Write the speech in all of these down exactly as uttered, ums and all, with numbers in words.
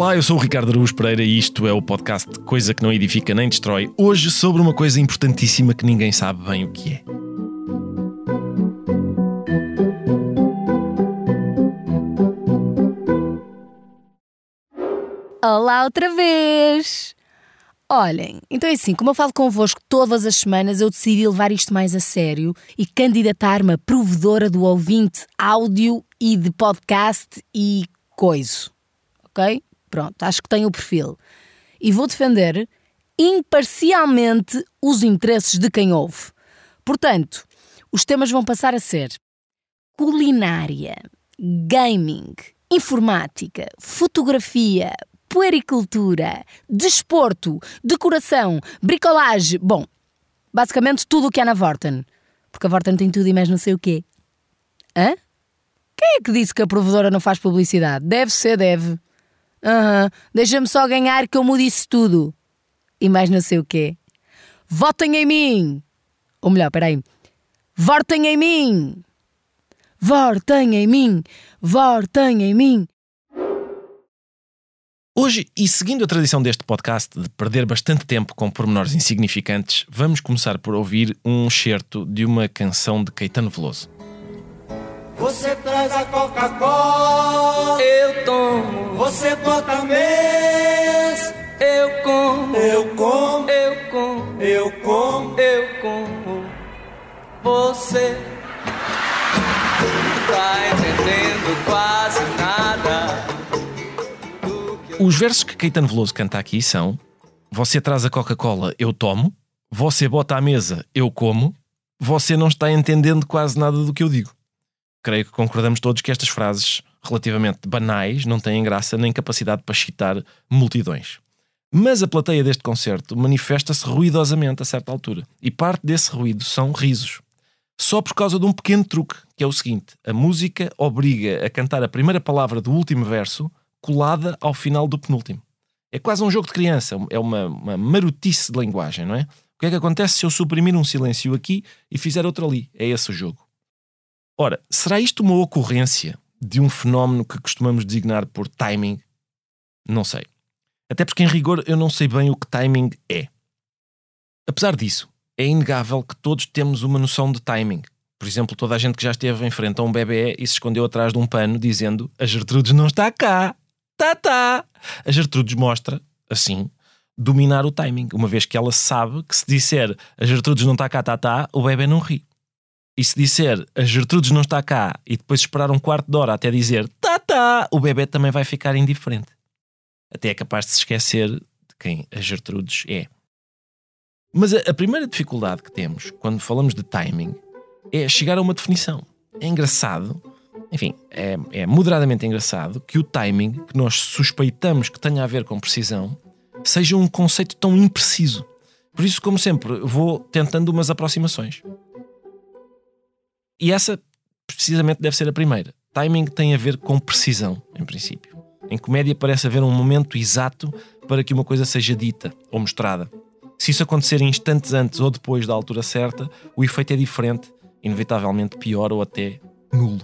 Olá, eu sou o Ricardo Araújo Pereira e isto é o podcast Coisa que não edifica nem destrói. Hoje sobre uma coisa importantíssima que ninguém sabe bem o que é. Olá outra vez! Olhem, então é assim, como eu falo convosco todas as semanas, eu decidi levar isto mais a sério e candidatar-me a provedora do ouvinte áudio e de podcast e coiso. Ok? Pronto, acho que tenho o perfil. E vou defender imparcialmente os interesses de quem ouve. Portanto, os temas vão passar a ser culinária, gaming, informática, fotografia, puericultura, desporto, decoração, bricolagem. Bom, basicamente tudo o que há na Vorten. Porque a Vorten tem tudo e mais não sei o quê. Hã? Quem é que disse que a provedora não faz publicidade? Deve ser, deve. Aham, uhum. Deixa-me só ganhar que eu mudo isso tudo. E mais não sei o quê. Votem em mim! Ou melhor, peraí. Votem em mim! Votem em mim! Votem em mim! Hoje, e seguindo a tradição deste podcast de perder bastante tempo com pormenores insignificantes, vamos começar por ouvir um excerto de uma canção de Caetano Veloso. Você traz a Coca-Cola, eu tomo. Você bota mês, eu como. Eu como, eu como, eu como, eu como. Você tá entendendo quase nada. Os versos que Caetano Veloso canta aqui são: você traz a Coca-Cola, eu tomo. Você bota à mesa, eu como. Você não está entendendo quase nada do que eu digo. Creio que concordamos todos que estas frases relativamente banais não têm graça nem capacidade para excitar multidões. Mas a plateia deste concerto manifesta-se ruidosamente a certa altura. E parte desse ruído são risos. Só por causa de um pequeno truque, que é o seguinte: a música obriga a cantar a primeira palavra do último verso colada ao final do penúltimo. É quase um jogo de criança, é uma, uma marotice de linguagem, não é? O que é que acontece se eu suprimir um silêncio aqui e fizer outro ali? É esse o jogo. Ora, será isto uma ocorrência de um fenómeno que costumamos designar por timing? Não sei. Até porque, em rigor, eu não sei bem o que timing é. Apesar disso, é inegável que todos temos uma noção de timing. Por exemplo, toda a gente que já esteve em frente a um bebê e se escondeu atrás de um pano dizendo: a Gertrudes não está cá. Tá, tá. A Gertrudes mostra, assim, dominar o timing, uma vez que ela sabe que se disser a Gertrudes não está cá, tá, tá, o bebê não ri. E se disser a Gertrudes não está cá e depois esperar um quarto de hora até dizer tá, tá, o bebê também vai ficar indiferente. Até é capaz de se esquecer de quem a Gertrudes é. Mas a, a primeira dificuldade que temos quando falamos de timing é chegar a uma definição. É engraçado, enfim, é, é moderadamente engraçado que o timing, que nós suspeitamos que tenha a ver com precisão, seja um conceito tão impreciso. Por isso, como sempre, vou tentando umas aproximações. E essa, precisamente, deve ser a primeira. Timing tem a ver com precisão, em princípio. Em comédia parece haver um momento exato para que uma coisa seja dita ou mostrada. Se isso acontecer instantes antes ou depois da altura certa, o efeito é diferente, inevitavelmente pior ou até nulo.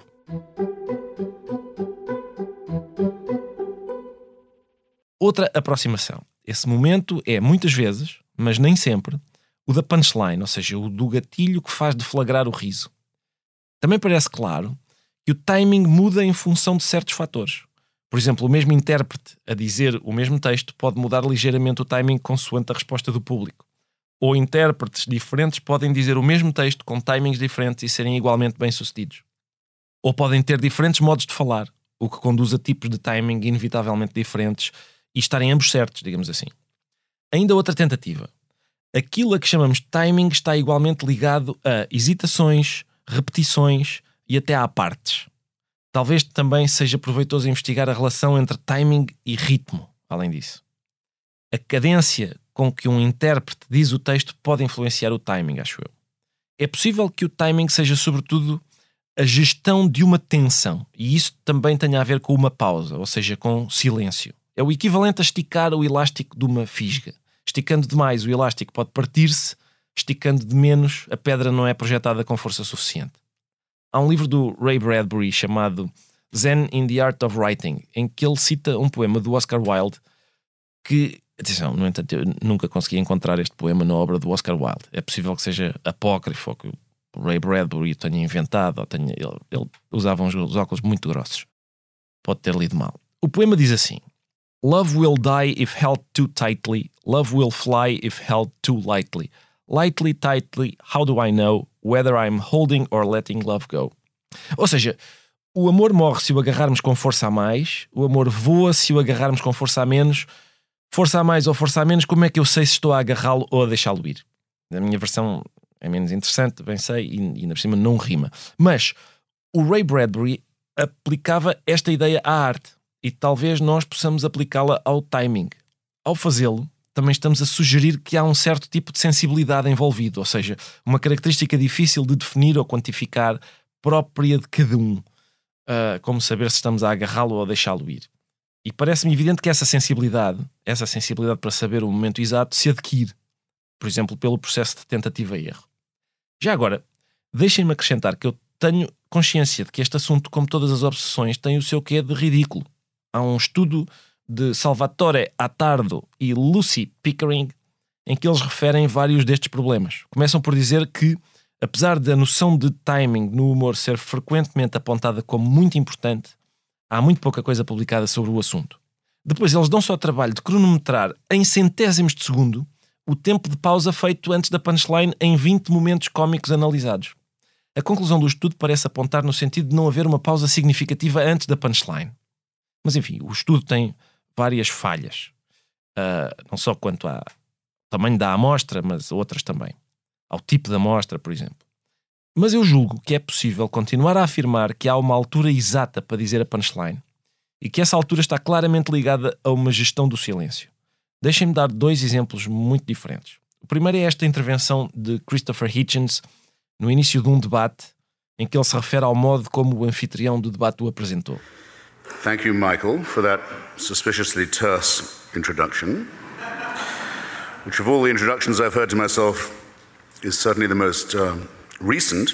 Outra aproximação. Esse momento é, muitas vezes, mas nem sempre, o da punchline, ou seja, o do gatilho que faz deflagrar o riso. Também parece claro que o timing muda em função de certos fatores. Por exemplo, o mesmo intérprete a dizer o mesmo texto pode mudar ligeiramente o timing consoante a resposta do público. Ou intérpretes diferentes podem dizer o mesmo texto com timings diferentes e serem igualmente bem-sucedidos. Ou podem ter diferentes modos de falar, o que conduz a tipos de timing inevitavelmente diferentes e estarem ambos certos, digamos assim. Ainda outra tentativa. Aquilo a que chamamos de timing está igualmente ligado a hesitações, repetições e até a partes. Talvez também seja proveitoso investigar a relação entre timing e ritmo, além disso. A cadência com que um intérprete diz o texto pode influenciar o timing, acho eu. É possível que o timing seja, sobretudo, a gestão de uma tensão, e isso também tenha a ver com uma pausa, ou seja, com silêncio. É o equivalente a esticar o elástico de uma fisga. Esticando demais, o elástico pode partir-se, esticando de menos, a pedra não é projetada com força suficiente. Há um livro do Ray Bradbury chamado Zen in the Art of Writing, em que ele cita um poema do Oscar Wilde que, atenção, no entanto, eu nunca consegui encontrar este poema na obra do Oscar Wilde. É possível que seja apócrifo, ou que o Ray Bradbury o tenha inventado, ou tenha, ele, ele usava uns, uns óculos muito grossos. Pode ter lido mal. O poema diz assim: Love will die if held too tightly. Love will fly if held too lightly. Lightly, tightly, how do I know whether I'm holding or letting love go? Ou seja, o amor morre se o agarrarmos com força a mais, o amor voa se o agarrarmos com força a menos. Força a mais ou força a menos, como é que eu sei se estou a agarrá-lo ou a deixá-lo ir? A minha versão é menos interessante, bem sei, e, e ainda por cima não rima. Mas o Ray Bradbury aplicava esta ideia à arte e talvez nós possamos aplicá-la ao timing. Ao fazê-lo, também estamos a sugerir que há um certo tipo de sensibilidade envolvido, ou seja, uma característica difícil de definir ou quantificar, própria de cada um, uh, como saber se estamos a agarrá-lo ou a deixá-lo ir. E parece-me evidente que essa sensibilidade, essa sensibilidade para saber o momento exato, se adquire, por exemplo, pelo processo de tentativa e erro. Já agora, deixem-me acrescentar que eu tenho consciência de que este assunto, como todas as obsessões, tem o seu quê de ridículo. Há um estudo de Salvatore Attardo e Lucy Pickering em que eles referem vários destes problemas. Começam por dizer que, apesar da noção de timing no humor ser frequentemente apontada como muito importante, há muito pouca coisa publicada sobre o assunto. Depois eles dão só o trabalho de cronometrar em centésimos de segundo o tempo de pausa feito antes da punchline em vinte momentos cómicos analisados. A conclusão do estudo parece apontar no sentido de não haver uma pausa significativa antes da punchline. Mas enfim, o estudo tem várias falhas. Uh, não só quanto ao tamanho da amostra, mas outras também. Ao tipo da amostra, por exemplo. Mas eu julgo que é possível continuar a afirmar que há uma altura exata para dizer a punchline e que essa altura está claramente ligada a uma gestão do silêncio. Deixem-me dar dois exemplos muito diferentes. O primeiro é esta intervenção de Christopher Hitchens no início de um debate em que ele se refere ao modo como o anfitrião do debate o apresentou. Thank you, Michael, for that suspiciously terse introduction, which of all the introductions I've heard to myself is certainly the most uh, recent.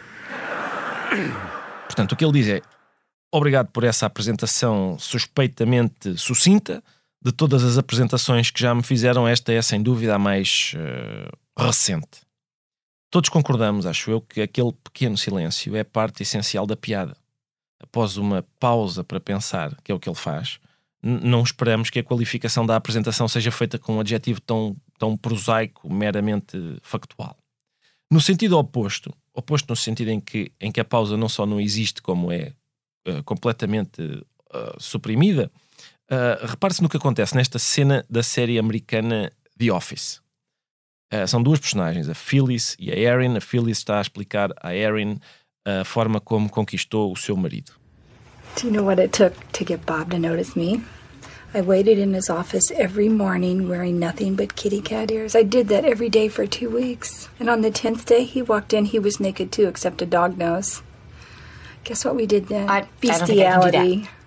Portanto, o que ele diz é: obrigado por essa apresentação suspeitamente sucinta. De todas as apresentações que já me fizeram, esta é sem dúvida a mais uh, recente. Todos concordamos, acho eu, que aquele pequeno silêncio é parte essencial da piada. Após uma pausa para pensar, que é o que ele faz, n- não esperamos que a qualificação da apresentação seja feita com um adjetivo tão, tão prosaico, meramente factual. No sentido oposto, oposto no sentido em que, em que a pausa não só não existe, como é uh, completamente uh, suprimida, uh, repare-se no que acontece nesta cena da série americana The Office. Uh, são duas personagens, a Phyllis e a Erin. A Phyllis está a explicar a Erin a forma como conquistou o seu marido. Do you know what it took to get Bob to notice me? I waited in his office every morning wearing nothing but kitty cat ears. I did that every day for two weeks. And on the tenth day he walked in, he was naked too, except a dog nose. Guess what we did then? I, Bestiality. I don't think I can do that.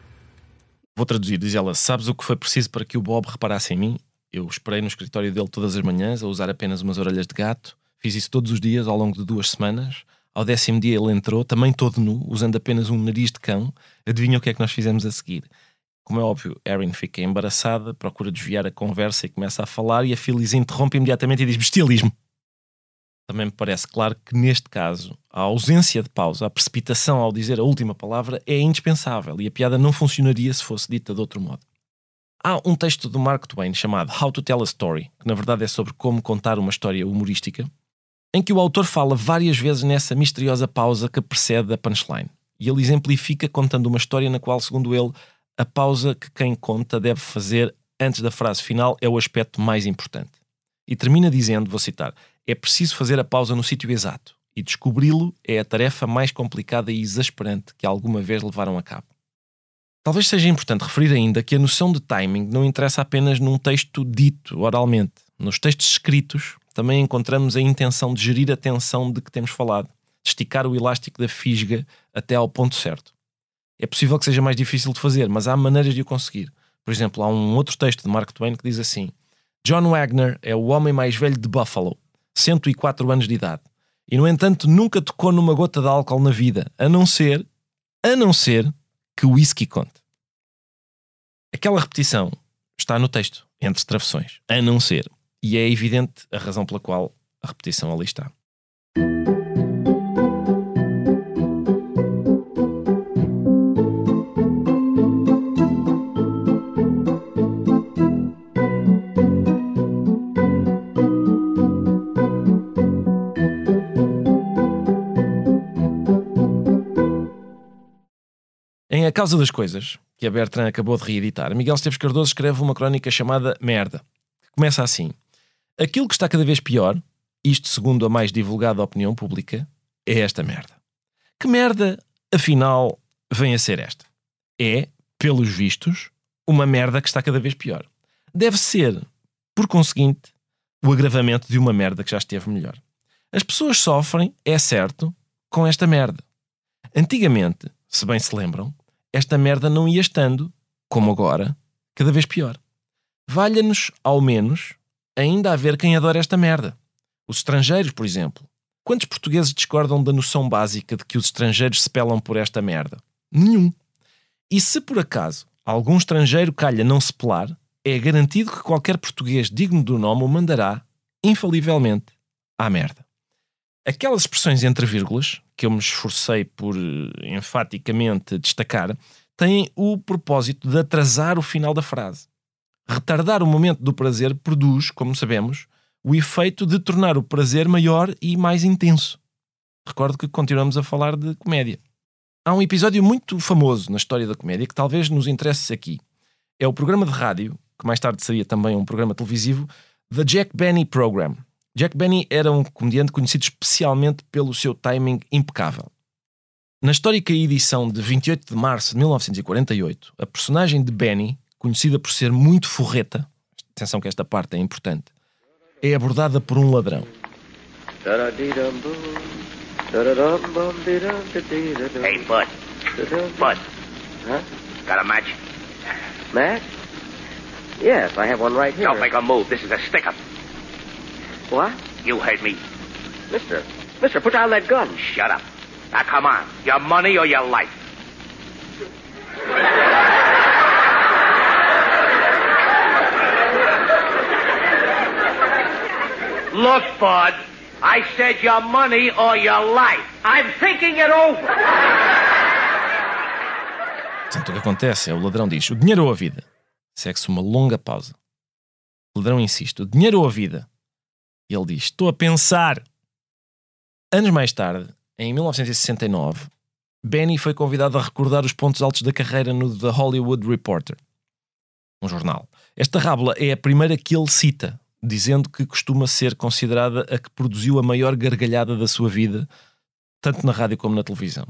Vou traduzir, diz ela: sabes o que foi preciso para que o Bob reparasse em mim? Eu esperei no escritório dele todas as manhãs a usar apenas umas orelhas de gato. Fiz isso todos os dias ao longo de duas semanas. Ao décimo dia ele entrou, também todo nu, usando apenas um nariz de cão. Adivinha o que é que nós fizemos a seguir? Como é óbvio, Erin fica embaraçada, procura desviar a conversa e começa a falar, e a Phyllis interrompe imediatamente e diz: bestialismo. Também me parece claro que neste caso a ausência de pausa, a precipitação ao dizer a última palavra é indispensável e a piada não funcionaria se fosse dita de outro modo. Há um texto do Mark Twain chamado How to Tell a Story, que na verdade é sobre como contar uma história humorística, em que o autor fala várias vezes nessa misteriosa pausa que precede a punchline. E ele exemplifica contando uma história na qual, segundo ele, a pausa que quem conta deve fazer antes da frase final é o aspecto mais importante. E termina dizendo, vou citar: é preciso fazer a pausa no sítio exato, e descobri-lo é a tarefa mais complicada e exasperante que alguma vez levaram a cabo. Talvez seja importante referir ainda que a noção de timing não interessa apenas num texto dito oralmente. Nos textos escritos também encontramos a intenção de gerir a tensão de que temos falado, de esticar o elástico da fisga até ao ponto certo. É possível que seja mais difícil de fazer, mas há maneiras de o conseguir. Por exemplo, há um outro texto de Mark Twain que diz assim: John Wagner é o homem mais velho de Buffalo, cento e quatro anos de idade, e no entanto nunca tocou numa gota de álcool na vida, a não ser, a não ser que o whisky conte. Aquela repetição está no texto, entre travessões, a não ser, e é evidente a razão pela qual a repetição ali está. Em A Causa das Coisas, que a Bertrand acabou de reeditar, Miguel Esteves Cardoso escreve uma crónica chamada Merda, que começa assim: aquilo que está cada vez pior, isto segundo a mais divulgada opinião pública, é esta merda. Que merda, afinal, vem a ser esta? É, pelos vistos, uma merda que está cada vez pior. Deve ser, por conseguinte, o agravamento de uma merda que já esteve melhor. As pessoas sofrem, é certo, com esta merda. Antigamente, se bem se lembram, esta merda não ia estando, como agora, cada vez pior. Valha-nos, ao menos, ainda haver quem adora esta merda. Os estrangeiros, por exemplo. Quantos portugueses discordam da noção básica de que os estrangeiros se pelam por esta merda? Nenhum. E se por acaso algum estrangeiro calha não se pelar, é garantido que qualquer português digno do nome o mandará, infalivelmente, à merda. Aquelas expressões entre vírgulas, que eu me esforcei por enfaticamente destacar, têm o propósito de atrasar o final da frase. Retardar o momento do prazer produz, como sabemos, o efeito de tornar o prazer maior e mais intenso. Recordo que continuamos a falar de comédia. Há um episódio muito famoso na história da comédia que talvez nos interesse aqui. É o programa de rádio, que mais tarde seria também um programa televisivo, The Jack Benny Program. Jack Benny era um comediante conhecido especialmente pelo seu timing impecável. Na histórica edição de vinte e oito de março de mil novecentos e quarenta e oito, a personagem de Benny, conhecida por ser muito forreta, atenção que esta parte é importante, é abordada por um ladrão. Hey, Bud. Bud. Huh? Got a match? Match? Yes, I have one right here. Don't make a move. This is a stick-up. What? You heard me. Mister, mister, put down that gun. Shut up. Now, come on. Your money or your life? Look, Bud. I said your money or your life. I'm thinking it over. Portanto, o que acontece é o ladrão diz: o dinheiro ou a vida? Segue-se uma longa pausa. O ladrão insiste: o dinheiro ou a vida? E ele diz: estou a pensar. Anos mais tarde, em mil novecentos e sessenta e nove, Benny foi convidado a recordar os pontos altos da carreira no The Hollywood Reporter, um jornal. Esta rábula é a primeira que ele cita, dizendo que costuma ser considerada a que produziu a maior gargalhada da sua vida, tanto na rádio como na televisão.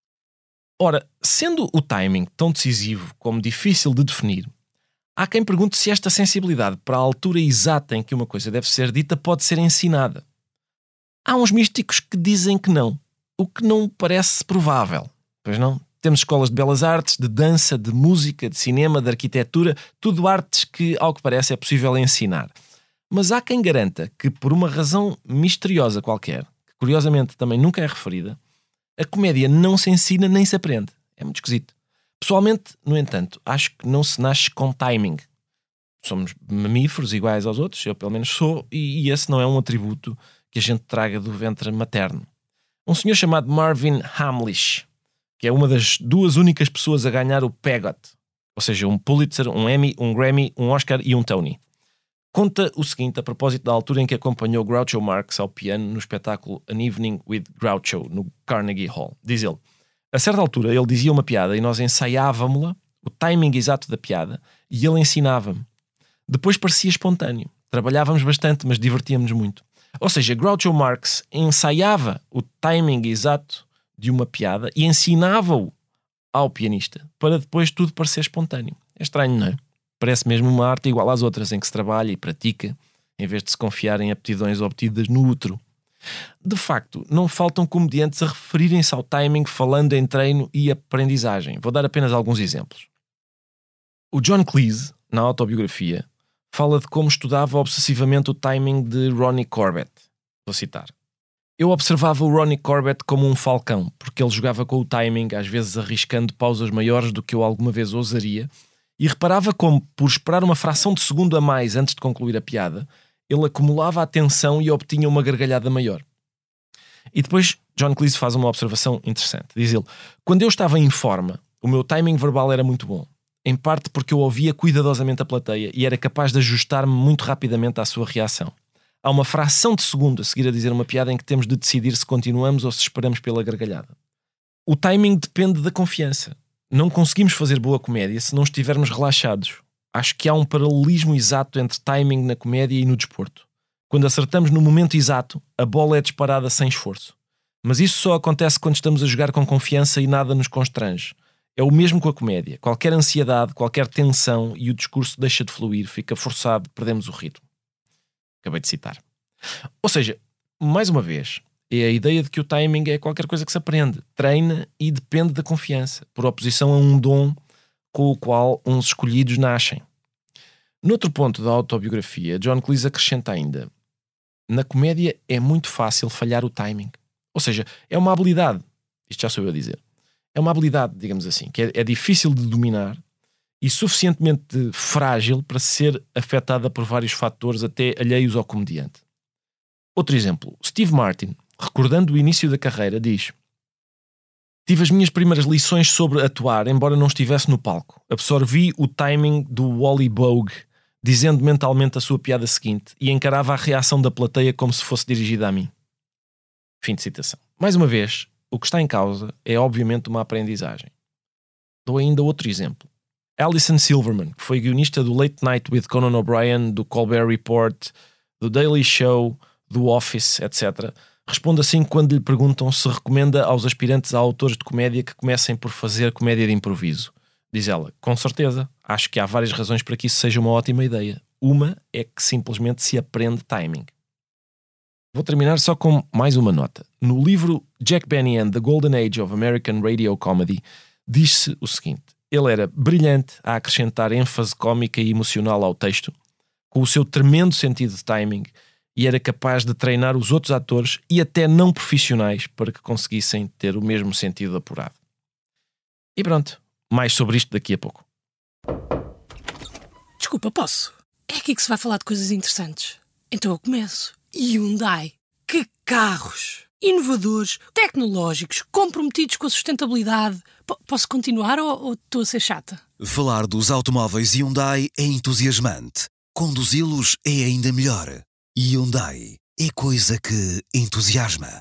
Ora, sendo o timing tão decisivo como difícil de definir, há quem pergunte se esta sensibilidade para a altura exata em que uma coisa deve ser dita pode ser ensinada. Há uns místicos que dizem que não, o que não parece provável. Pois não? Temos escolas de belas artes, de dança, de música, de cinema, de arquitetura, tudo artes que, ao que parece, é possível ensinar. Mas há quem garanta que, por uma razão misteriosa qualquer, que curiosamente também nunca é referida, a comédia não se ensina nem se aprende. É muito esquisito. Pessoalmente, no entanto, acho que não se nasce com timing. Somos mamíferos iguais aos outros, eu pelo menos sou, e, e esse não é um atributo que a gente traga do ventre materno. Um senhor chamado Marvin Hamlisch, que é uma das duas únicas pessoas a ganhar o PEGOT, ou seja, um Pulitzer, um Emmy, um Grammy, um Oscar e um Tony, conta o seguinte a propósito da altura em que acompanhou Groucho Marx ao piano no espetáculo An Evening with Groucho, no Carnegie Hall. Diz ele: a certa altura ele dizia uma piada e nós ensaiávamos-la, o timing exato da piada, e ele ensinava-me. Depois parecia espontâneo. Trabalhávamos bastante, mas divertíamos-nos muito. Ou seja, Groucho Marx ensaiava o timing exato de uma piada e ensinava-o ao pianista para depois tudo parecer espontâneo. É estranho, não é? Parece mesmo uma arte igual às outras em que se trabalha e pratica, em vez de se confiar em aptidões obtidas no útero. De facto, não faltam comediantes a referirem-se ao timing falando em treino e aprendizagem. Vou dar apenas alguns exemplos. O John Cleese, na autobiografia, fala de como estudava obsessivamente o timing de Ronnie Corbett. Vou citar. Eu observava o Ronnie Corbett como um falcão, porque ele jogava com o timing, às vezes arriscando pausas maiores do que eu alguma vez ousaria, e reparava como, por esperar uma fração de segundo a mais antes de concluir a piada, ele acumulava a atenção e obtinha uma gargalhada maior. E depois John Cleese faz uma observação interessante. Diz ele: quando eu estava em forma, o meu timing verbal era muito bom, em parte porque eu ouvia cuidadosamente a plateia e era capaz de ajustar-me muito rapidamente à sua reação. Há uma fração de segundo a seguir a dizer uma piada em que temos de decidir se continuamos ou se esperamos pela gargalhada. O timing depende da confiança. Não conseguimos fazer boa comédia se não estivermos relaxados. Acho que há um paralelismo exato entre timing na comédia e no desporto. Quando acertamos no momento exato, a bola é disparada sem esforço. Mas isso só acontece quando estamos a jogar com confiança e nada nos constrange. É o mesmo com a comédia. Qualquer ansiedade, qualquer tensão e o discurso deixa de fluir, fica forçado, perdemos o ritmo. Acabei de citar. Ou seja, mais uma vez, é a ideia de que o timing é qualquer coisa que se aprende, treina e depende da confiança, por oposição a um dom com o qual uns escolhidos nascem. Noutro ponto da autobiografia, John Cleese acrescenta ainda: na comédia é muito fácil falhar o timing. Ou seja, é uma habilidade, isto já sou eu a dizer, é uma habilidade, digamos assim, que é, é difícil de dominar e suficientemente frágil para ser afetada por vários fatores até alheios ao comediante. Outro exemplo, Steve Martin, recordando o início da carreira, diz: tive as minhas primeiras lições sobre atuar, embora não estivesse no palco. Absorvi o timing do Wally Bogue, dizendo mentalmente a sua piada seguinte, e encarava a reação da plateia como se fosse dirigida a mim. Fim de citação. Mais uma vez, o que está em causa é obviamente uma aprendizagem. Dou ainda outro exemplo. Alison Silverman, que foi guionista do Late Night with Conan O'Brien, do Colbert Report, do Daily Show, do Office, etcétera, responde assim quando lhe perguntam se recomenda aos aspirantes a autores de comédia que comecem por fazer comédia de improviso. Diz ela: com certeza, acho que há várias razões para que isso seja uma ótima ideia. Uma é que simplesmente se aprende timing. Vou terminar só com mais uma nota. No livro Jack Benny and the Golden Age of American Radio Comedy, diz-se o seguinte: ele era brilhante a acrescentar ênfase cómica e emocional ao texto, com o seu tremendo sentido de timing, e era capaz de treinar os outros atores e até não profissionais para que conseguissem ter o mesmo sentido apurado. E pronto, mais sobre isto daqui a pouco. Desculpa, posso? É aqui que se vai falar de coisas interessantes. Então eu começo. Hyundai. Que carros! Inovadores, tecnológicos, comprometidos com a sustentabilidade. P- posso continuar ou, ou estou a ser chata? Falar dos automóveis Hyundai é entusiasmante. Conduzi-los é ainda melhor. Hyundai é coisa que entusiasma.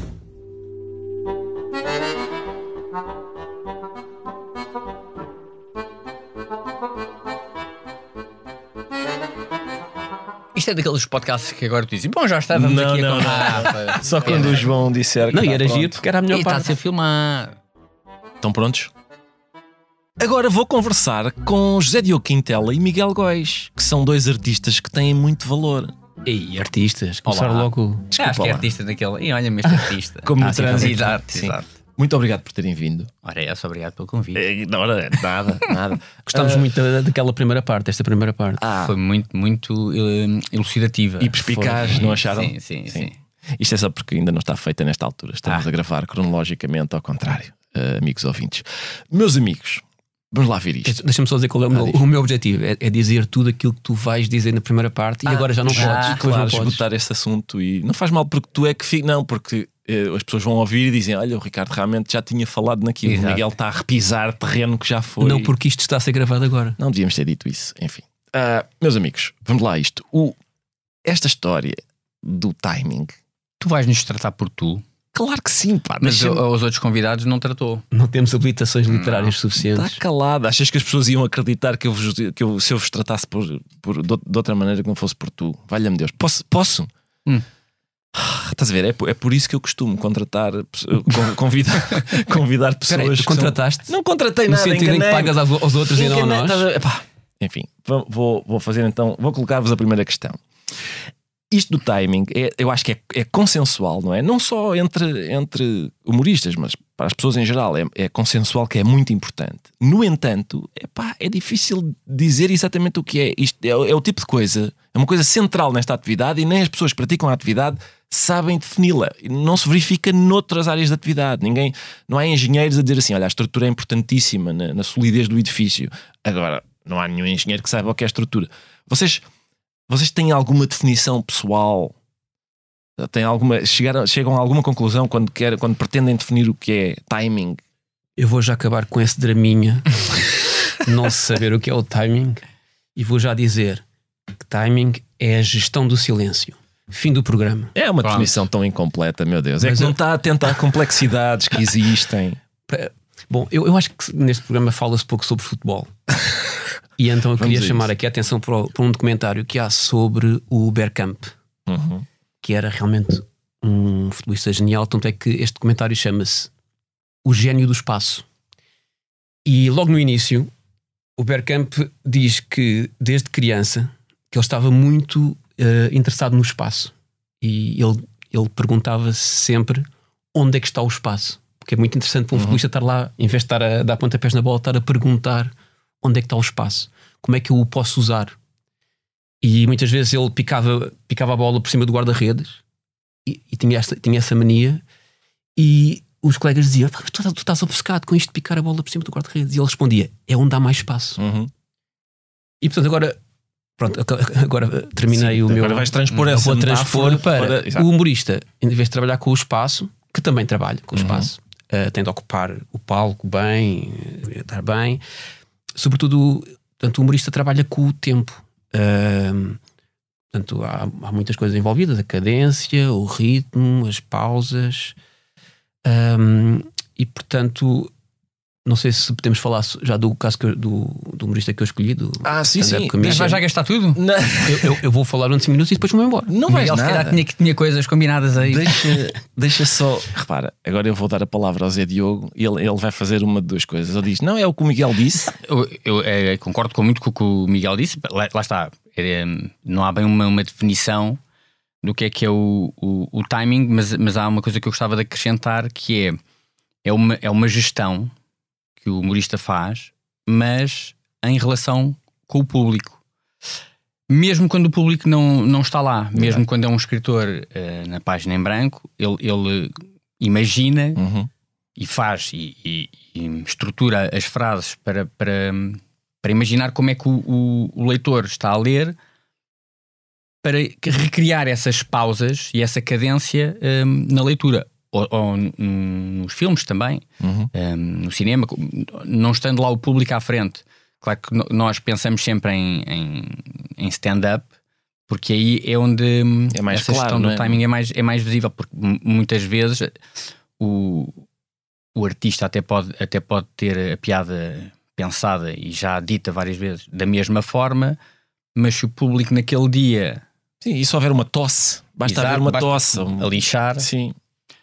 Isto é daqueles podcasts que agora tu dizes: bom, já estávamos Não, aqui não, a contar. não. Só quando o João disser que Não, e está era pronto. giro porque era a melhor E está a parte. ser filmado. Estão prontos? Agora vou conversar com José Diogo Quintela e Miguel Góis, que são dois artistas que têm muito valor. E artistas, começaram Olá. logo. Desculpa, acho que é lá. artista daquele. E olha-me este artista. Como no Ah, sim, trânsito. Exato, Sim. exato. Muito obrigado por terem vindo. Ora, é essa, obrigado pelo convite. É, não, nada, nada. Gostámos Ah, muito da- daquela primeira parte, desta primeira parte. Ah, Foi muito, muito eh, elucidativa. e perspicaz, Foi- não acharam? Sim, sim, sim. Isto é só porque ainda não está feita nesta altura. Estamos Ah. a gravar cronologicamente ao contrário, uh, amigos ouvintes. Meus amigos, vamos lá ver isto. Deixa-me só dizer qual é o meu, Ah, diz. o meu objetivo: é, é dizer tudo aquilo que tu vais dizer na primeira parte e agora já não Ah, podes. Depois claro, não podes. esgotar esse assunto e não faz mal porque tu é que fica. Não, porque eh, as pessoas vão ouvir e dizem: olha, o Ricardo realmente já tinha falado naquilo. Exato. O Miguel está a repisar terreno que já foi. Não, porque isto está a ser gravado agora. Não devíamos ter dito isso. Enfim, Ah, meus amigos, vamos lá a isto. O, esta história do timing, Tu vais-nos tratar por tu, claro que sim, pá. mas deixa-me- o- os outros convidados não tratou. Não temos habilitações literárias Está suficientes. calado. Achas que as pessoas iam acreditar que eu, vos, que eu se eu vos tratasse por, por, de de outra maneira que não fosse por tu? Valha-me Deus. Posso? Posso? Hum. Ah, estás a ver? É por, é por isso que eu costumo contratar, pessoas- con- convidar, convidar pessoas. Espera aí, tu que são- contrataste? Não contratei No nada. sentido em que enganei-me. pagas aos, aos outros e não a Enganei- nós? estás a ver? Epá, enfim, vou- vou, vou fazer então. Vou colocar-vos a primeira questão. Isto do timing, é, eu acho que é, é consensual, não é? Não só entre, entre humoristas, mas para as pessoas em geral é, é consensual que é muito importante. No entanto, epá, é difícil dizer exatamente o que é. Isto é, é o tipo de coisa, é uma coisa central nesta atividade e nem as pessoas que praticam a atividade sabem defini-la. Não se verifica noutras áreas de atividade. Ninguém, não há engenheiros a dizer assim, olha, a estrutura é importantíssima na, na solidez do edifício. Agora, não há nenhum engenheiro que saiba o que é a estrutura. Vocês, vocês têm alguma definição pessoal? Têm alguma, chegaram, chegam a alguma conclusão quando, quer, quando pretendem definir o que é timing? Eu vou já acabar com esse draminha, não saber o que é o timing, e vou já dizer que timing é a gestão do silêncio. Fim do programa. É uma Pronto. definição tão incompleta, meu Deus. É Mas que eu- não está atento às complexidades que existem. Bom, eu, eu acho que neste programa fala-se pouco sobre futebol. E então eu Vamos queria a chamar isso. aqui a atenção para, o- para um documentário que há sobre o Bergkamp, Uhum. que era realmente um futebolista genial. Tanto é que este documentário chama-se O Gênio do Espaço. E logo no início, o Bergkamp diz que desde criança que ele estava muito eh, interessado no espaço. E ele, ele perguntava-se sempre onde é que está o espaço. Porque é muito interessante para um Uhum. futebolista estar lá, em vez de estar a dar pontapés na bola, estar a perguntar onde é que está o espaço. Como é que eu o posso usar? E muitas vezes ele picava, picava a bola por cima do guarda-redes e, e tinha, essa, tinha essa mania. E os colegas diziam: "Pá, tu, tu estás obcecado com isto de picar a bola por cima do guarda-redes." E ele respondia: "É onde há mais espaço." Uhum. E portanto agora, pronto, agora terminei Sim, o meu... agora vais transpor eu essa vou metáfora transpor para, para- exato. o humorista, em vez de trabalhar com o espaço, que também trabalha com o Uhum. espaço, uh, tem de ocupar o palco bem, uh, estar bem. Sobretudo, portanto, o humorista trabalha com o tempo. Uh, portanto, há, há muitas coisas envolvidas: a cadência, o ritmo, as pausas. Um, e portanto, não sei se podemos falar já do caso que eu- do, do humorista que eu escolhi. Do Ah, sim, stand-up sim. comedian. Mas vai já gastar tudo? Não, Eu, eu- eu vou falar durante cinco minutos e depois vou-me embora. não vais Miguel, se calhar nada. tinha, que tinha coisas combinadas aí. Deixa, deixa só. Repara, agora eu vou dar a palavra ao Zé Diogo e ele, ele vai fazer uma de duas coisas. Ele diz: não é o que o Miguel disse. Eu, eu, eh, concordo com muito com o que o Miguel disse. Lá, lá está. Eh, não há bem uma, uma definição do que é que é o, o, o timing, mas, mas há uma coisa que eu gostava de acrescentar, que é, é, uma, é uma gestão que o humorista faz, mas em relação com o público. Mesmo quando o público não, não está lá, mesmo quando é um escritor eh, na página em branco, ele, ele imagina Uhum. e faz e, e- e estrutura as frases para, para, para imaginar como é que o, o- o leitor está a ler, para que- recriar essas pausas e essa cadência hum, na leitura. Ou, ou n- nos filmes também, Uhum. hum, no cinema, não estando lá o público à frente. Claro que no- nós pensamos sempre em, em, em stand-up, porque aí é onde hum, É mais essa claro, gestão não do é? timing é mais, é mais visível, porque m- muitas vezes o, o artista até pode, até pode ter a piada pensada e já dita várias vezes da mesma forma, mas se o público naquele dia Sim, e se houver uma tosse, basta Exato, haver uma basta tosse. a lixar, Sim,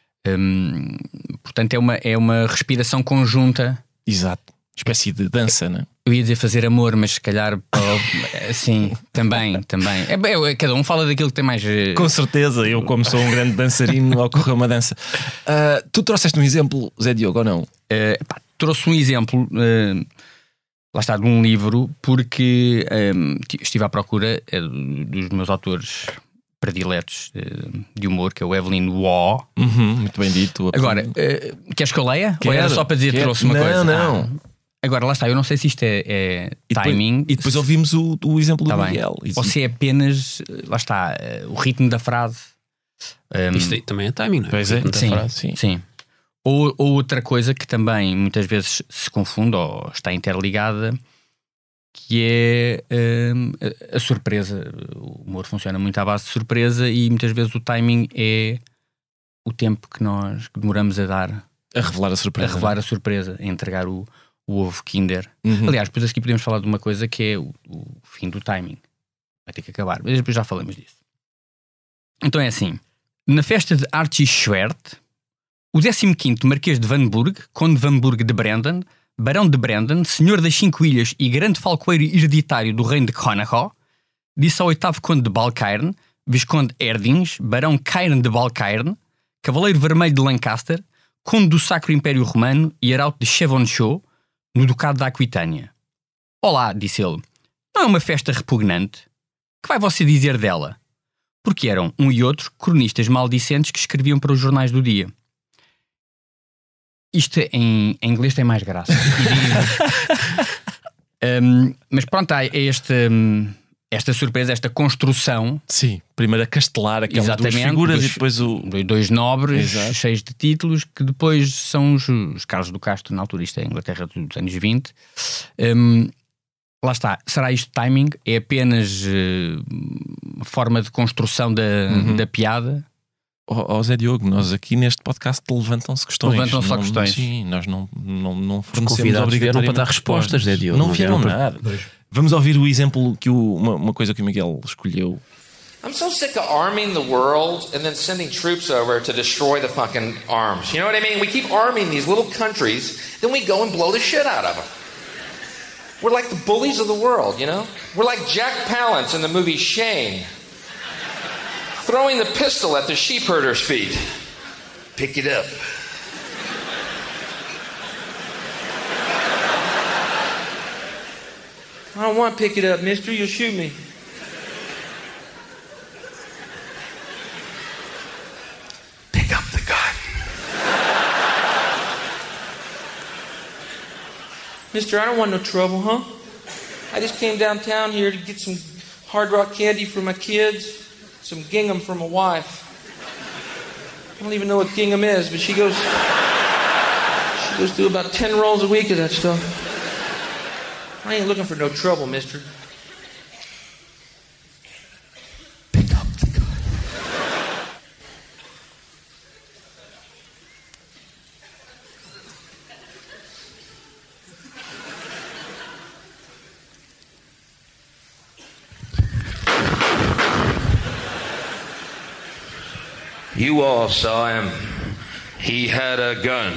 hum, portanto é uma, é uma respiração conjunta. exato. Espécie de dança, não é? Eu ia dizer fazer amor, mas se calhar assim, também, também. É, bem, é, cada um fala daquilo que tem mais. eh, Com certeza, eu, como sou um grande dançarino, ocorreu uma dança. Ah, tu trouxeste um exemplo, Zé Diogo, ou não? eh, pá, trouxe um exemplo, eh, lá está, de um livro, porque eh, estive à procura eh, dos meus autores prediletos eh, de humor, que é o Evelyn Waugh. Uhum, muito bem dito. Agora, eh, queres que eu leia? Ou era Quero, só para dizer que quero. trouxe uma Não, coisa? não. Ah, agora, lá está, eu não sei se isto é, é E depois- timing. E depois ouvimos o, o exemplo do Tá bem. Miguel. Ou se é apenas, lá está, eh, o ritmo da frase. Um, Isto aí também é timing, não é? Pois é. Portanto, a sim, frase. sim. sim. Ou, ou outra coisa que também muitas vezes se confunde ou está interligada, que é hum, a, a surpresa. O humor funciona muito à base de surpresa e muitas vezes o timing é o tempo que nós demoramos a dar A revelar a a surpresa. revelar a surpresa, a entregar o, o ovo Kinder. Uhum. Aliás, depois aqui podemos falar de uma coisa que é o, o fim do timing. Vai ter que acabar, mas depois já falamos disso. Então é assim: na festa de Archie Schwert, o décimo quinto Marquês de Vanburg, Conde de Vanburg de Brandon, Barão de Brandon, Senhor das Cinco Ilhas e grande falcoeiro hereditário do reino de Connaught, disse ao oitavo Conde de Balcairn, Visconde Erdings, Barão Cairn de Balcairn, Cavaleiro Vermelho de Lancaster, Conde do Sacro Império Romano e Arauto de Chevonceau, no Ducado da Aquitânia. Olá, disse ele, não é uma festa repugnante? Que vai você dizer dela? porque eram um e outro cronistas maldicentes que escreviam para os jornais do dia. Isto em, em inglês tem mais graça. um, mas pronto, há este, um, esta surpresa, esta construção. Sim, primeiro a castelar aquelas duas figuras dos, e depois o... dois nobres, Exato. cheios de títulos, que depois são os, os Carlos do Castro, na altura, isto é a Inglaterra dos anos vinte. Um, lá está, será isto timing? É apenas uh, uma forma de construção da, uhum. da piada? Ó oh, Zé Diogo, nós aqui neste podcast levantam-se questões. Levantam-se só questões. Sim, nós não, não, não fornecemos convidados vieram para dar respostas, Zé Diogo. Não, não vieram nada. Para... Vamos ouvir o exemplo, que o, uma, uma coisa que o Miguel escolheu. I'm so sick of arming the world and then sending troops over to destroy the fucking arms. You know what I mean? We keep arming these little countries, then we go and blow the shit out of them. We're like the bullies of the world, you know? We're like Jack Palance in the movie Shane. Throwing the pistol at the sheep herder's feet. Pick it up. I don't want to pick it up, mister. You'll shoot me. Pick up the gun. Mister, I don't want no trouble, huh? I just came downtown here to get some Hard Rock candy for my kids. Some gingham for my wife. I don't even know what gingham is, but she goes she goes through about ten rolls a week of that stuff. I ain't looking for no trouble, mister. Pick up the gun. You all saw him. He had a gun.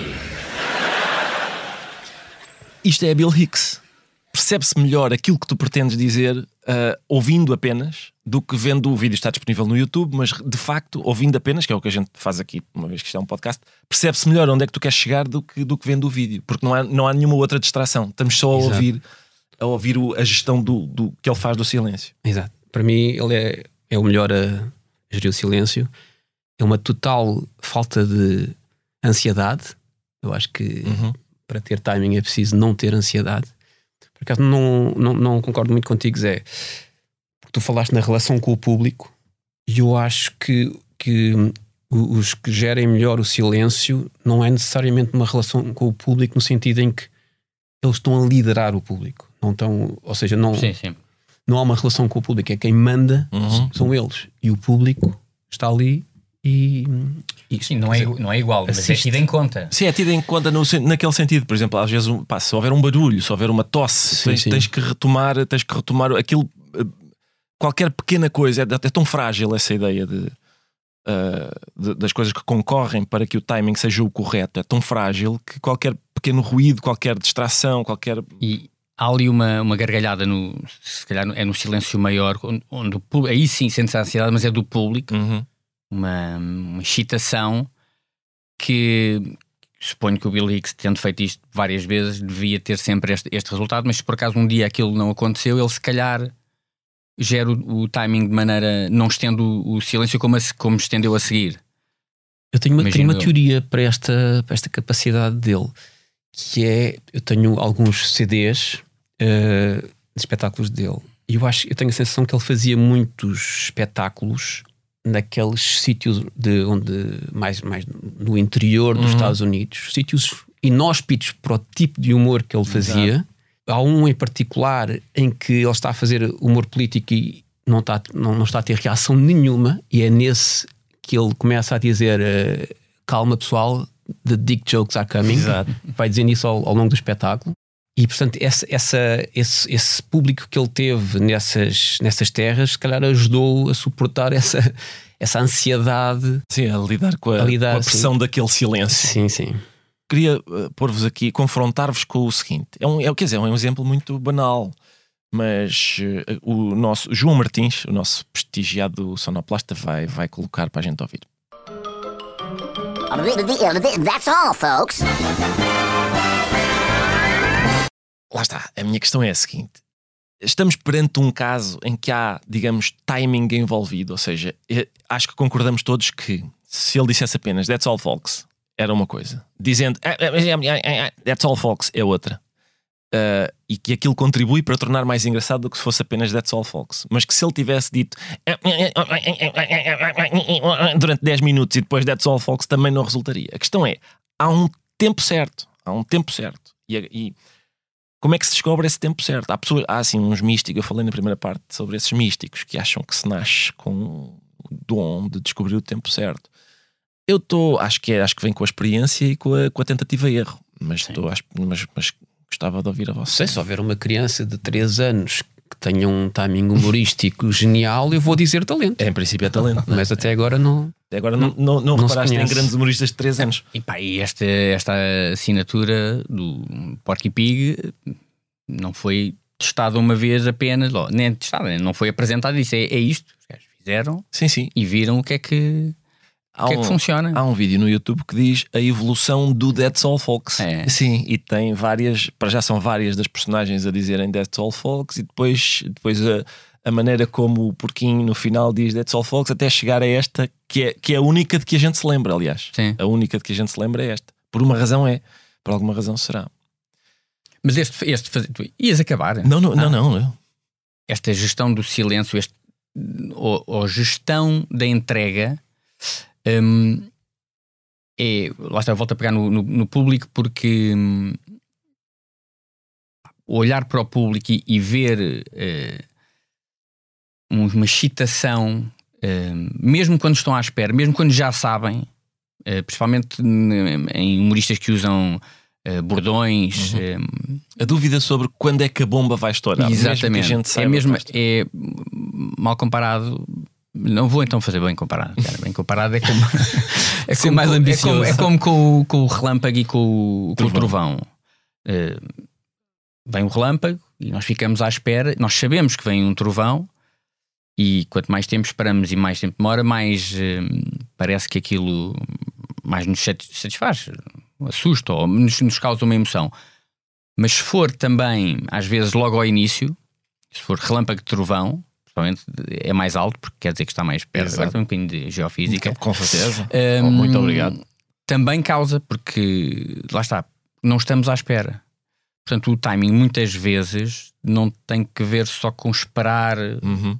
Isto é Bill Hicks. Percebe-se melhor aquilo que tu pretendes dizer uh, ouvindo apenas do que vendo o vídeo. Está disponível no YouTube, mas de facto, ouvindo apenas, que é o que a gente faz aqui, uma vez que isto é um podcast, percebe-se melhor onde é que tu queres chegar do que, do que vendo o vídeo, porque não há, não há nenhuma outra distração. Estamos só a Exato. ouvir, a, ouvir o, a gestão do, do que ele faz do silêncio. Exato. Para mim, ele é, é o melhor a gerir o silêncio. É uma total falta de ansiedade. Eu acho que uhum. para ter timing é preciso não ter ansiedade. Por acaso não, não, não concordo muito contigo, Zé, porque tu falaste na relação com o público e eu acho que, que os que gerem melhor o silêncio não é necessariamente uma relação com o público no sentido em que eles estão a liderar o público. Não estão, ou seja, não, sim, sim. não há uma relação com o público, é quem manda, uhum. são eles. E o público está ali e... e sim, não é, não é igual, mas assiste. É tido em conta. Sim, é tido em conta no, naquele sentido. Por exemplo, às vezes pá, se houver um barulho, se houver uma tosse, sim, tens, sim. tens que retomar, tens que retomar aquilo, qualquer pequena coisa. É, é tão frágil essa ideia de, uh, de, das coisas que concorrem para que o timing seja o correto. É tão frágil que qualquer pequeno ruído, qualquer distração, qualquer... E há ali uma, uma gargalhada, no, se calhar é no silêncio maior, onde, onde o, aí sim sente-se a ansiedade, mas é do público. Uhum. Uma, uma excitação que suponho que o Bill Hicks, tendo feito isto várias vezes, devia ter sempre este, este resultado, mas se por acaso um dia aquilo não aconteceu, ele se calhar gera o, o timing de maneira, não estendo o, o silêncio como, a, como estendeu a seguir. Eu tenho uma, tenho uma teoria para esta, para esta capacidade dele, que é, eu tenho alguns C Ds uh, de espetáculos dele, e eu acho, eu tenho a sensação que ele fazia muitos espetáculos naqueles sítios de onde mais, mais no interior dos uhum. Estados Unidos, sítios inóspitos para o tipo de humor que ele fazia. Exato. Há um em particular em que ele está a fazer humor político e não está, não, não está a ter reação nenhuma, e é nesse que ele começa a dizer uh, calma pessoal, the dick jokes are coming. Exato. Vai dizendo isso ao, ao longo do espetáculo. E portanto essa, essa, esse, esse público que ele teve nessas, nessas terras se calhar ajudou a suportar essa, essa ansiedade. Sim, a lidar com a, a, lidar, com a pressão sim. daquele silêncio. Sim, sim. Queria uh, pôr-vos aqui, confrontar-vos com o seguinte. É um, é, quer dizer, é um exemplo muito banal, mas uh, o nosso João Martins, o nosso prestigiado sonoplasta, vai, vai colocar para a gente ouvir. That's all, folks. Lá está, a minha questão é a seguinte. estamos perante um caso em que há, digamos, timing envolvido. Ou seja, acho que concordamos todos que se ele dissesse apenas That's all folks, era uma coisa. Dizendo That's all folks é outra. Uh, e que aquilo contribui para tornar mais engraçado do que se fosse apenas That's all folks. Mas que se ele tivesse dito durante dez minutos e depois That's all folks, também não resultaria. A questão é, há um tempo certo. Há um tempo certo. E, e como é que se descobre esse tempo certo? Há, pessoas, há assim uns místicos, eu falei na primeira parte sobre esses místicos que acham que se nasce com o dom de descobrir o tempo certo. Eu estou, acho que é, acho que vem com a experiência e com a, com a tentativa e erro. Mas estou, mas, mas gostava de ouvir a vossa. Sei, se houver uma criança de três anos que tenha um timing humorístico genial, eu vou dizer talento. É, em princípio é talento. Mas até agora não. Até agora não, não, não, não reparaste em grandes humoristas de três anos. E pá, e esta, esta assinatura do Porky Pig não foi testada uma vez apenas, nem testada, não foi apresentada e disse é, é isto. Os gajos fizeram sim, sim. E viram o que é que. O que é que funciona? Há um vídeo no YouTube que diz a evolução do That's All Folks. É. Sim, e tem várias, para já são várias das personagens a dizerem That's All Folks e depois, depois a, a maneira como o porquinho no final diz That's All Folks até chegar a esta, que é, que é a única de que a gente se lembra, aliás. Sim. A única de que a gente se lembra é esta. Por uma razão é, por alguma razão será. Mas este, este tu ias acabar? Não, não, ah, não, não, não. Esta gestão do silêncio, este, ou, ou gestão da entrega. Um, é, lá está, volto a pegar no, no, no público porque um, olhar para o público e, e ver uh, uma excitação, uh, mesmo quando estão à espera, mesmo quando já sabem, uh, principalmente em humoristas que usam uh, bordões, uhum. um, a dúvida sobre quando é que a bomba vai estourar. Exatamente, mesmo que a gente saiba, é mesmo é mal comparado. Não vou então fazer bem comparado. Cara, bem comparado é como, é como mais ambicioso. É como, é como com, o, com o relâmpago e com o, com o trovão. Uh, vem o relâmpago e nós ficamos à espera. Nós sabemos que vem um trovão e quanto mais tempo esperamos e mais tempo demora, mais uh, parece que aquilo mais nos satisfaz, assusta ou nos, nos causa uma emoção. Mas se for também, às vezes, logo ao início, se for relâmpago de trovão, é mais alto, porque quer dizer que está mais perto. Agora tem um bocadinho de geofísica. Com certeza. Um, Muito obrigado. Também causa, porque lá está, não estamos à espera. Portanto, o timing muitas vezes não tem que ver só com esperar, uhum.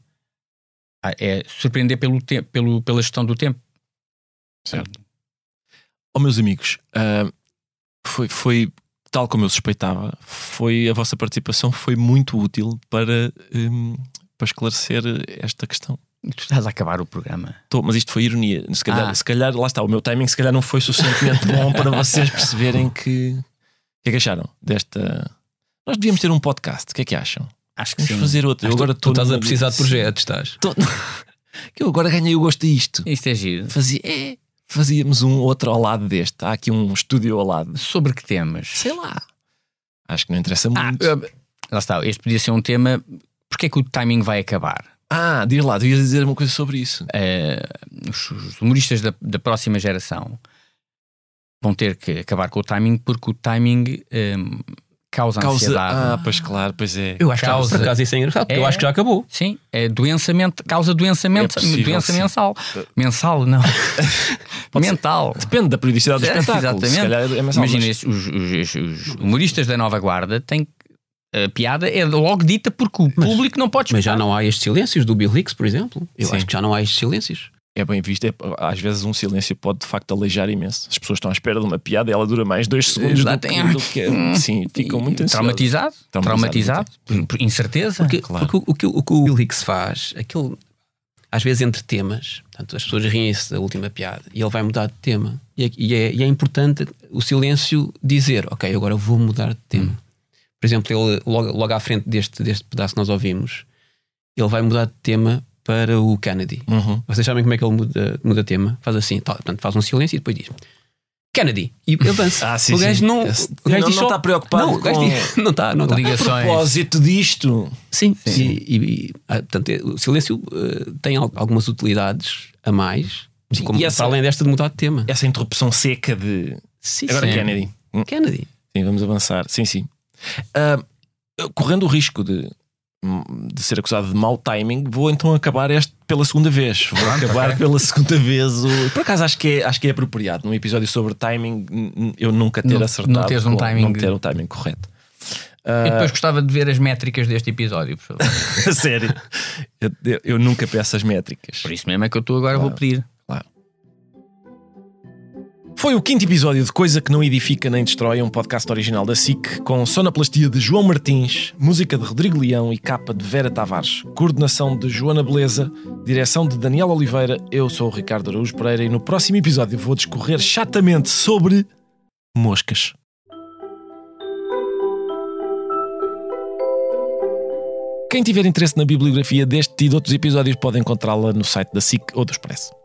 É surpreender pelo tempo, pelo, pela gestão do tempo. Certo. Oh, meus amigos, uh, foi, foi tal como eu suspeitava. Foi, a vossa participação foi muito útil para. Um, para esclarecer esta questão. Tu estás a acabar o programa. Tô, mas isto foi ironia. Se calhar, ah. se calhar, lá está, o meu timing se calhar não foi suficientemente bom para vocês perceberem que... O que é que acharam desta... Nós devíamos ter um podcast, o que é que acham? Acho que Vamos sim. fazer outro. Eu agora tu, tu estás a precisar de projetos, estás? Tô... Eu agora ganhei o gosto disto. Isto é giro. Fazia... É... Fazíamos um outro ao lado deste. Há aqui um estúdio ao lado. Sobre que temas? Sei lá. Acho que não interessa muito. Ah, lá está, este podia ser um tema... Porque é que o timing vai acabar? Ah, diz lá, tu ias dizer uma coisa sobre isso. Uh, os, os humoristas da, da próxima geração vão ter que acabar com o timing porque o timing um, causa, causa ansiedade. Ah, pois claro, pois é. Eu acho causa, que por acaso isso é engraçado, porque é, eu acho que já acabou. Sim, é doença ment, causa doença, ment, é possível, doença sim. mensal. Mensal, não. Mental. Depende da periodicidade do espetáculo. Exatamente. Se calhar é mensal, imagina, mas... os, os, os humoristas da nova guarda têm a piada é logo dita porque o mas, público não pode escutar. Mas já não há estes silêncios do Bill Hicks, por exemplo. Eu Sim. acho que já não há estes silêncios. É bem visto. É, às vezes um silêncio pode de facto aleijar imenso. As pessoas estão à espera de uma piada e ela dura mais dois segundos do que, do que é. Sim, ficam muito ansiosos. Traumatizado, traumatizado, por, por incerteza. Porque, claro. porque o, que, o que o Bill Hicks faz, aquilo, às vezes entre temas, portanto, as pessoas riem-se da última piada e ele vai mudar de tema. E é, e é, e é importante o silêncio dizer, ok, agora eu vou mudar de tema. Hum. Por exemplo, ele logo, logo à frente deste, deste pedaço que nós ouvimos, ele vai mudar de tema para o Kennedy. Uhum. Vocês sabem como é que ele muda, muda tema? Faz assim, tá, portanto, faz um silêncio e depois diz Kennedy. E avança. Ah, sim, o gajo sim. não, Esse, o gajo não, diz não só, está preocupado não, o gajo com diz, não está, não está. Ligações. A propósito disto. Sim, sim. E, e, e, portanto, o silêncio uh, tem algumas utilidades a mais, sim, como, essa, para além desta de mudar de tema. Essa interrupção seca de sim, agora sim. Kennedy. Kennedy. Sim, vamos avançar. Sim, sim. Uh, correndo o risco de de ser acusado de mau timing, vou então acabar este pela segunda vez. Vou acabar pela segunda vez. O... Por acaso acho que, é, acho que é apropriado num episódio sobre timing eu nunca ter não, acertado. Não teres um timing, não ter um timing correto. Eu depois gostava de ver as métricas deste episódio, por favor. Sério, eu, eu, eu nunca peço as métricas. Por isso mesmo é que eu estou agora claro, vou pedir. Claro. Foi o quinto episódio de Coisa que Não Edifica Nem Destrói, um podcast original da S I C, com sonoplastia de João Martins, música de Rodrigo Leão e capa de Vera Tavares, coordenação de Joana Beleza, direção de Daniel Oliveira. Eu sou o Ricardo Araújo Pereira e no próximo episódio vou discorrer chatamente sobre moscas. Quem tiver interesse na bibliografia deste e de outros episódios pode encontrá-la no site da S I C ou do Expresso.